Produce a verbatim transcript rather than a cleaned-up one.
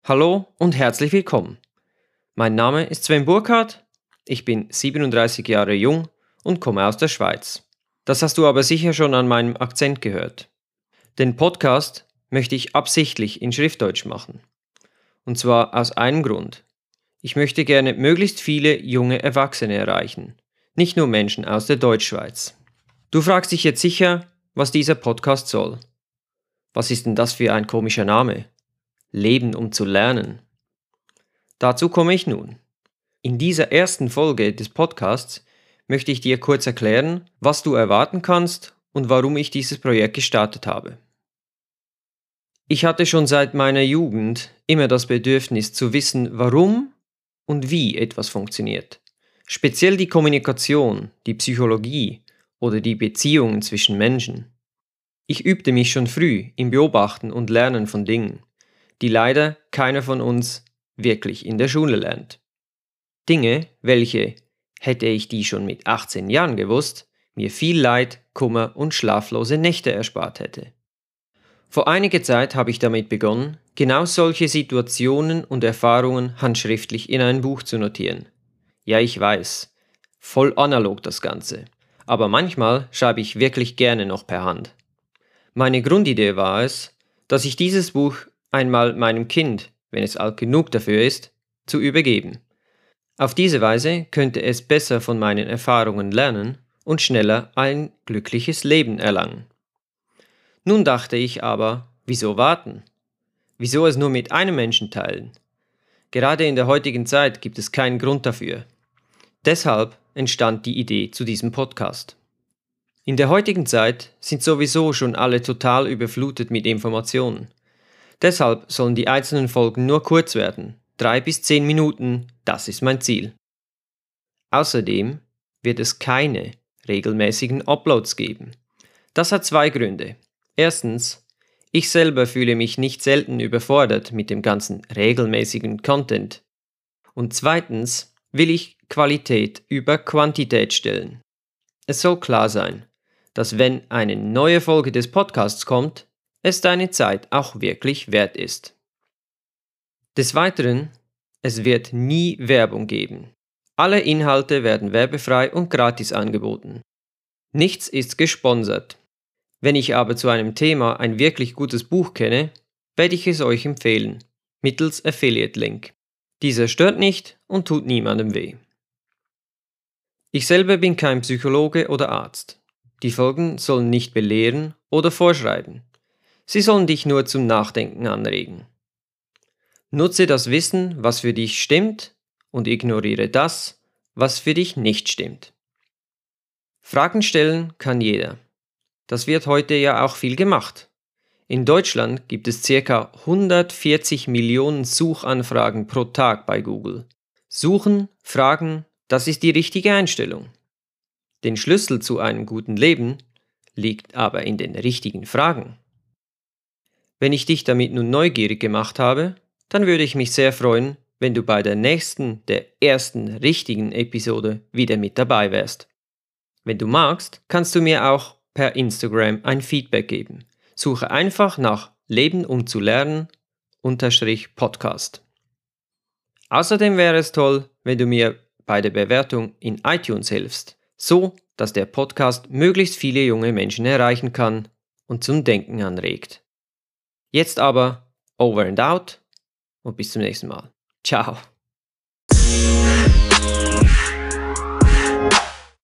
Hallo und herzlich willkommen. Mein Name ist Sven Burkhardt, ich bin siebenunddreißig Jahre jung und komme aus der Schweiz. Das hast du aber sicher schon an meinem Akzent gehört. Den Podcast möchte ich absichtlich in Schriftdeutsch machen. Und zwar aus einem Grund. Ich möchte gerne möglichst viele junge Erwachsene erreichen, nicht nur Menschen aus der Deutschschweiz. Du fragst dich jetzt sicher, was dieser Podcast soll. Was ist denn das für ein komischer Name? Leben um zu lernen. Dazu komme ich nun. In dieser ersten Folge des Podcasts möchte ich dir kurz erklären, was du erwarten kannst und warum ich dieses Projekt gestartet habe. Ich hatte schon seit meiner Jugend immer das Bedürfnis zu wissen, warum und wie etwas funktioniert. Speziell die Kommunikation, die Psychologie oder die Beziehungen zwischen Menschen. Ich übte mich schon früh im Beobachten und Lernen von Dingen, die leider keiner von uns wirklich in der Schule lernt. Dinge, welche, hätte ich die schon mit achtzehn Jahren gewusst, mir viel Leid, Kummer und schlaflose Nächte erspart hätte. Vor einiger Zeit habe ich damit begonnen, genau solche Situationen und Erfahrungen handschriftlich in ein Buch zu notieren. Ja, ich weiß, voll analog das Ganze, aber manchmal schreibe ich wirklich gerne noch per Hand. Meine Grundidee war es, dass ich dieses Buch einmal meinem Kind, wenn es alt genug dafür ist, zu übergeben. Auf diese Weise könnte es besser von meinen Erfahrungen lernen und schneller ein glückliches Leben erlangen. Nun dachte ich aber, wieso warten? Wieso es nur mit einem Menschen teilen? Gerade in der heutigen Zeit gibt es keinen Grund dafür. Deshalb entstand die Idee zu diesem Podcast. In der heutigen Zeit sind sowieso schon alle total überflutet mit Informationen. Deshalb sollen die einzelnen Folgen nur kurz werden, drei bis zehn Minuten, das ist mein Ziel. Außerdem wird es keine regelmäßigen Uploads geben. Das hat zwei Gründe. Erstens, ich selber fühle mich nicht selten überfordert mit dem ganzen regelmäßigen Content. Und zweitens will ich Qualität über Quantität stellen. Es soll klar sein, dass wenn eine neue Folge des Podcasts kommt, es deine Zeit auch wirklich wert ist. Des Weiteren, es wird nie Werbung geben. Alle Inhalte werden werbefrei und gratis angeboten. Nichts ist gesponsert. Wenn ich aber zu einem Thema ein wirklich gutes Buch kenne, werde ich es euch empfehlen, mittels Affiliate-Link. Dieser stört nicht und tut niemandem weh. Ich selber bin kein Psychologe oder Arzt. Die Folgen sollen nicht belehren oder vorschreiben. Sie sollen dich nur zum Nachdenken anregen. Nutze das Wissen, was für dich stimmt, und ignoriere das, was für dich nicht stimmt. Fragen stellen kann jeder. Das wird heute ja auch viel gemacht. In Deutschland gibt es ca. hundertvierzig Millionen Suchanfragen pro Tag bei Google. Suchen, fragen, das ist die richtige Einstellung. Den Schlüssel zu einem guten Leben liegt aber in den richtigen Fragen. Wenn ich dich damit nun neugierig gemacht habe, dann würde ich mich sehr freuen, wenn du bei der nächsten, der ersten richtigen Episode wieder mit dabei wärst. Wenn du magst, kannst du mir auch per Instagram ein Feedback geben. Suche einfach nach Leben um zu lernen unterstrich Podcast. Außerdem wäre es toll, wenn du mir bei der Bewertung in iTunes hilfst, so dass der Podcast möglichst viele junge Menschen erreichen kann und zum Denken anregt. Jetzt aber over and out und bis zum nächsten Mal. Ciao.